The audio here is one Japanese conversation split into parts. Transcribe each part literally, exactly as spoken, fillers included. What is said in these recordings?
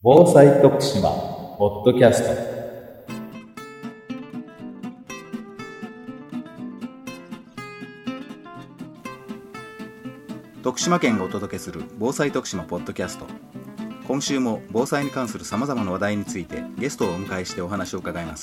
防災徳島ポッドキャスト。 徳島県がお届けする防災徳島ポッドキャスト。今週も防災に関するさまざまな話題についてゲストをお迎えしてお話を伺います。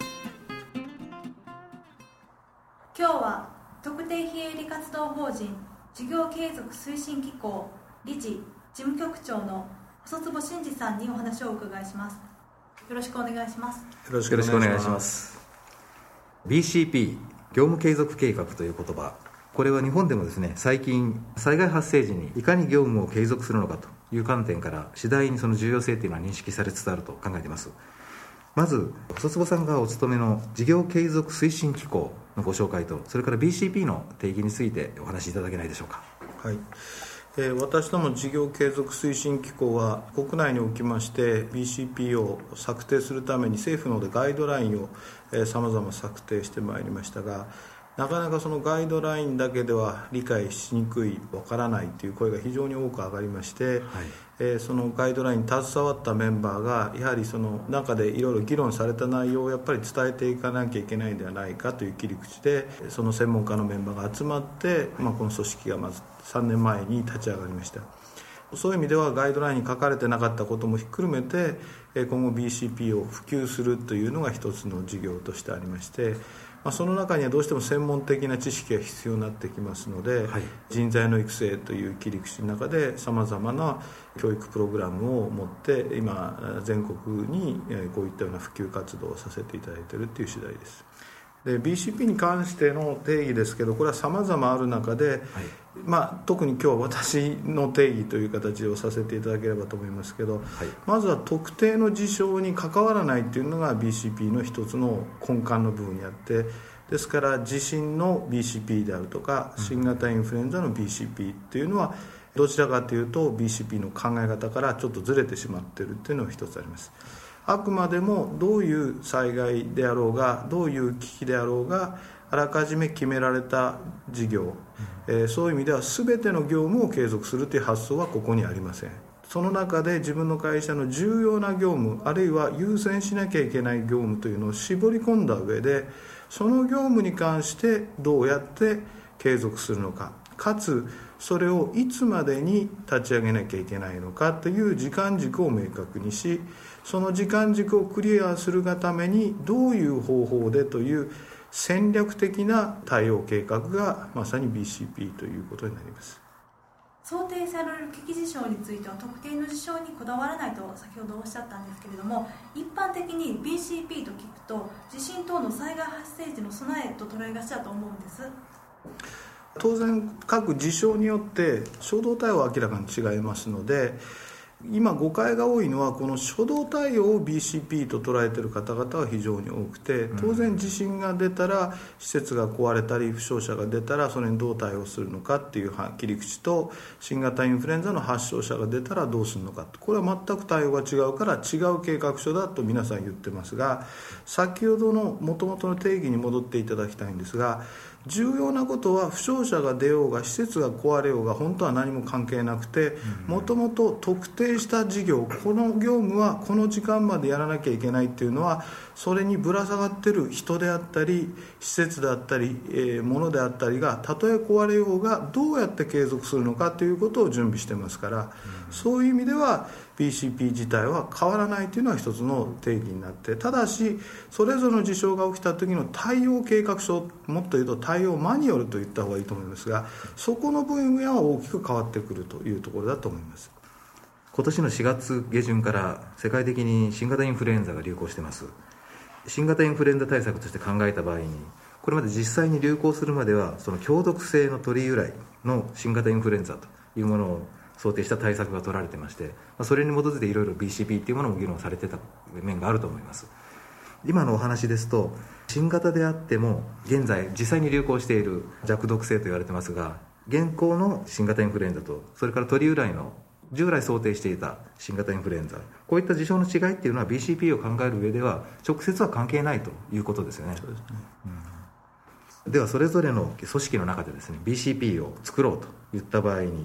今日は特定非営利活動法人事業継続推進機構理事事務局長の細坪真二さんにお話をお伺いします。よろしくお願いします。よろしくお願いします。 ビーシーピー 業務継続計画という言葉、これは日本でもですね、最近災害発生時にいかに業務を継続するのかという観点から次第にその重要性というのは認識されつつあると考えています。まず細坪さんがお勤めの事業継続推進機構のご紹介と、それから ビーシーピー の定義についてお話しいただけないでしょうか。 はい、えー、私ども事業継続推進機構は国内におきまして ビーシーピー を策定するために政府のでガイドラインをさまざま策定してまいりましたが、なかなかそのガイドラインだけでは理解しにくい、わからないという声が非常に多く上がりまして、はい、えー、そのガイドラインに携わったメンバーがやはりその中でいろいろ議論された内容をやっぱり伝えていかなきゃいけないんではないかという切り口で、その専門家のメンバーが集まって、まあ、この組織がまずさんねんまえに立ち上がりました。そういう意味ではガイドラインに書かれてなかったこともひっくるめて、今後 ビーシーピー を普及するというのが一つの事業としてありまして、まあ、その中にはどうしても専門的な知識が必要になってきますので、はい、人材の育成という切り口の中でさまざまな教育プログラムを持って今全国にこういったような普及活動をさせていただいているという次第です。で ビーシーピー に関しての定義ですけど、これはさまざまある中で、はい、まあ、特に今日は私の定義という形をさせていただければと思いますけど、はい、まずは特定の事象に関わらないというのが ビーシーピー の一つの根幹の部分にあって、ですから地震の ビーシーピー であるとか新型インフルエンザの ビーシーピー というのはどちらかというと ビーシーピー の考え方からちょっとずれてしまっているというのが一つあります。あくまでもどういう災害であろうがどういう危機であろうがあらかじめ決められた事業、うん、えー、そういう意味では全ての業務を継続するという発想はここにありません。その中で自分の会社の重要な業務あるいは優先しなきゃいけない業務というのを絞り込んだ上で、その業務に関してどうやって継続するのか、かつそれをいつまでに立ち上げなきゃいけないのかという時間軸を明確にし、その時間軸をクリアするがためにどういう方法でという戦略的な対応計画がまさに ビーシーピー ということになります。 想定される危機事象については特定の事象にこだわらないと先ほどおっしゃったんですけれども、一般的に ビーシーピー と聞くと地震等の災害発生時の備えと捉えがちだと思うんです。 当然各事象によって初動対応は明らかに違いますので、今誤解が多いのはこの初動対応を ビーシーピー と捉えている方々は非常に多くて、当然地震が出たら施設が壊れたり負傷者が出たらそれにどう対応するのかっていう切り口と、新型インフルエンザの発症者が出たらどうするのか、これは全く対応が違うから違う計画書だと皆さん言ってますが、先ほどの元々の定義に戻っていただきたいんですが、重要なことは負傷者が出ようが施設が壊れようが本当は何も関係なくて、もともと特定した事業、この業務はこの時間までやらなきゃいけないっていうのは、それにぶら下がってる人であったり施設であったり、えー、物であったりがたとえ壊れようがどうやって継続するのかということを準備してますから、そういう意味では ビーシーピー 自体は変わらないというのは一つの定義になって、ただしそれぞれの事象が起きた時の対応計画書、もっと言うと対応マニュアルと言った方がいいと思いますが、そこの分野は大きく変わってくるというところだと思います。 今年のしがつ下旬から世界的に新型インフルエンザが流行しています。新型インフルエンザ対策として考えた場合に、これまで実際に流行するまではその強毒性の鳥由来の新型インフルエンザというものを想定した対策が取られてまして、それに基づいていろいろ ビーシーピー というものも議論されてた面があると思います。今のお話ですと、新型であっても現在実際に流行している弱毒性と言われてますが、現行の新型インフルエンザとそれから鳥由来の従来想定していた新型インフルエンザ、こういった事象の違いっていうのは ビーシーピー を考える上では直接は関係ないということですよね。 そうですね、 うん、ではそれぞれの組織の中でですね ビーシーピー を作ろうといった場合に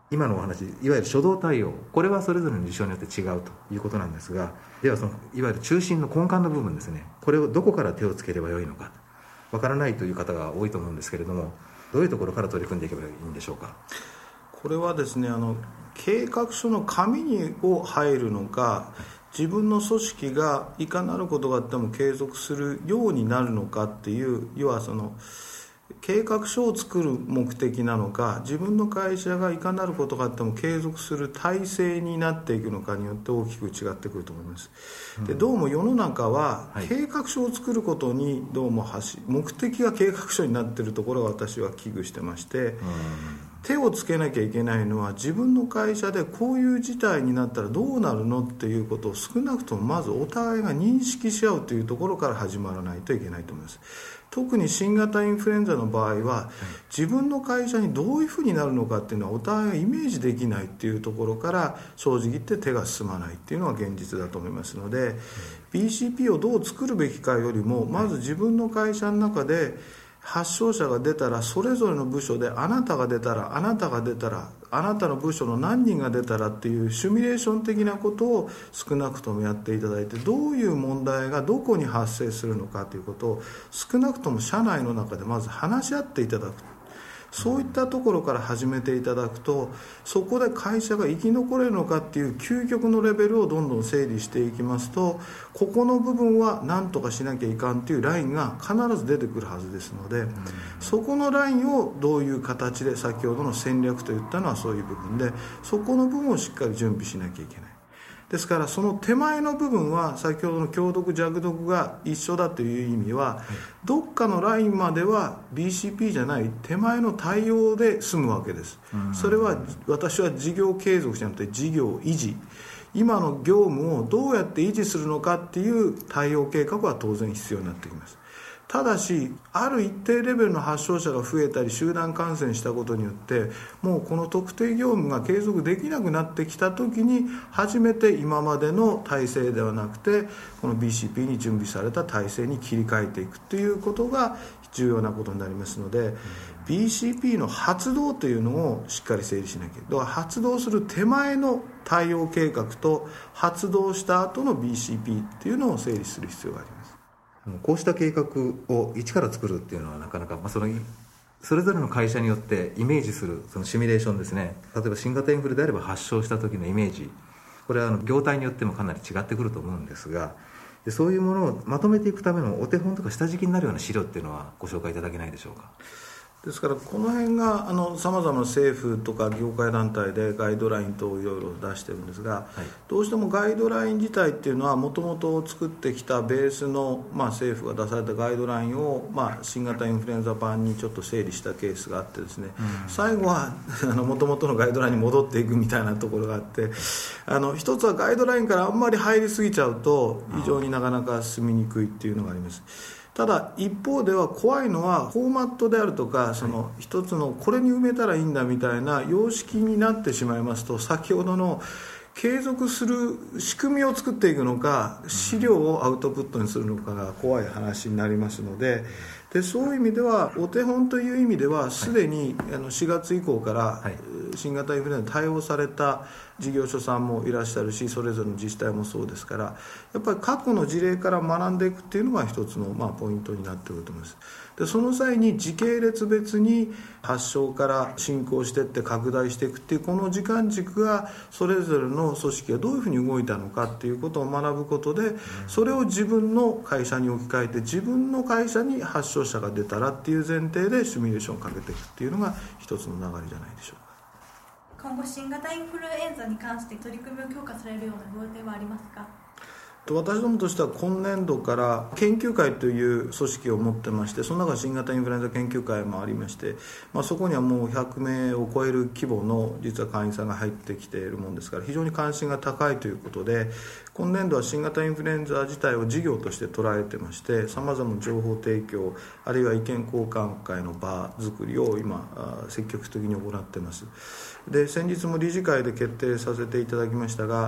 今のお話、いわゆる初動対応、これはそれぞれの事象によって違うということなんですが、ではそのいわゆる中心の根幹の部分ですね、これをどこから手をつければよいのか、わからないという方が多いと思うんですけれども、どういうところから取り組んでいけばいいんでしょうか。 これはですね、あの計画書の紙にを入るのか、自分の組織がいかなることがあっても継続するようになるのかっていう、要はその計画書を作る目的なのか、自分の会社がいかなることがあっても継続する体制になっていくのかによって大きく違ってくると思います。でどうも世の中は計画書を作ることにどうも目的が計画書になっているところが私は危惧してまして、手をつけなきゃいけないのは自分の会社でこういう事態になったらどうなるのっていうことを少なくともまずお互いが認識し合うというところから始まらないといけないと思います。特に新型インフルエンザの場合は、自分の会社にどういうふうになるのかっていうのはお互いがイメージできないっていうところから正直言って手が進まないっていうのが現実だと思いますので、ビーシーピー をどう作るべきかよりもまず自分の会社の中で発症者が出たらそれぞれの部署であなたが出たらあなたが出たらあなたの部署の何人が出たらっていうシミュレーション的なことを少なくともやっていただいて、どういう問題がどこに発生するのかということを少なくとも社内の中でまず話し合っていただく、そういったところから始めていただくと、そこで会社が生き残れるのかっていう究極のレベルをどんどん整理していきますと、ここの部分は何とかしなきゃいかんっていうラインが必ず出てくるはずですので、そこのラインをどういう形で、先ほどの戦略といったのはそういう部分で、そこの部分をしっかり準備しなきゃいけない。ですからその手前の部分は先ほどの強毒弱毒が一緒だという意味は、どっかのラインまでは ビーシーピー じゃない手前の対応で済むわけです。それは私は事業継続じゃなくて事業維持、今の業務をどうやって維持するのかっていう対応計画は当然必要になってきます。ただしある一定レベルの発症者が増えたり集団感染したことによってもうこの特定業務が継続できなくなってきた時に初めて今までの体制ではなくてこの ビーシーピー に準備された体制に切り替えていくということが重要なことになりますので、 ビーシーピー の発動というのをしっかり整理しなきゃいけない。だから発動する手前の対応計画と発動した後の ビーシーピー っていうのを整理する必要があります。 こうした計画を一から作るっていうのはなかなか、まあ、そのそれぞれの会社によってイメージするそのシミュレーションですね。例えば新型インフルであれば発症した時のイメージ、これはあの業態によってもかなり違ってくると思うんですが、でそういうものをまとめていくためのお手本とか下敷きになるような資料っていうのはご紹介いただけないでしょうか。 ですからこの辺がさまざまな政府とか業界団体でガイドライン等をいろいろ出してるんですが、はい、どうしてもガイドライン自体っていうのはもともと作ってきたベースの、まあ、政府が出されたガイドラインを、まあ、新型インフルエンザ版にちょっと整理したケースがあってですね、うん、最後はもともとのガイドラインに戻っていくみたいなところがあって、あの一つはガイドラインからあんまり入りすぎちゃうと非常になかなか進みにくいっていうのがあります。ただ一方では怖いのはフォーマットであるとかその一つのこれに埋めたらいいんだみたいな様式になってしまいますと、先ほどの継続する仕組みを作っていくのか資料をアウトプットにするのかが怖い話になりますので、でそういう意味ではお手本という意味ではすでにあのしがつ以降から新型インフルエンザに対応された事業所さんもいらっしゃるし、それぞれの自治体もそうですから、やっぱり過去の事例から学んでいくっていうのが一つのまあポイントになってくると思います。でその際に時系列別に発症から進行していって拡大していくっていうこの時間軸がそれぞれの組織がどういうふうに動いたのかっていうことを学ぶことで、それを自分の会社に置き換えて自分の会社に発症者が出たらっていう前提でシミュレーションをかけていくっていうのが一つの流れじゃないでしょうか。 今後新型インフルエンザに関して取り組みを強化されるようなご予定はありますか。 私どもとしては今年度から研究会という組織を持ってまして、その中に新型インフルエンザ研究会もありまして、まあ、そこにはもうひゃくめいを超える規模の実は会員さんが入ってきているものですから、非常に関心が高いということで、今年度は新型インフルエンザ自体を事業として捉えてまして、さまざまな情報提供あるいは意見交換会の場作りを今積極的に行っています。で先日も理事会で決定させていただきましたが、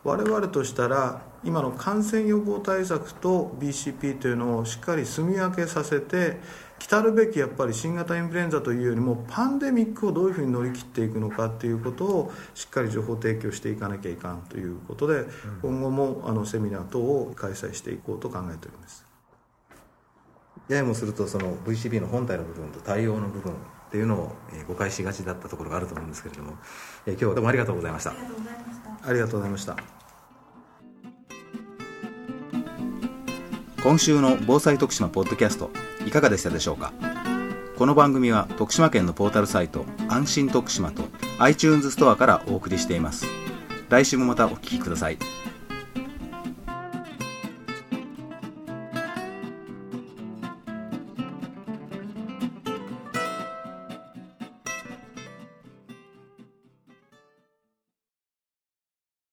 我々としたら今の感染予防対策と ビーシーピー というのをしっかり住み分けさせて、来るべきやっぱり新型インフルエンザというよりもパンデミックをどういうふうに乗り切っていくのかということをしっかり情報提供していかなきゃいかんということで、うん、今後もあのセミナー等を開催していこうと考えております。 ややもするとその ブイシーピー の本体の部分と対応の部分っていうのを誤解しがちだったところがあると思うんですけれども、今日はどうもありがとうございました。 ありがとうございました。 ありがとうございました。 今週の防災徳島ポッドキャストいかがでしたでしょうか。この番組は徳島県のポータルサイト安心徳島と iTunes ストアからお送りしています。来週もまたお聞きください。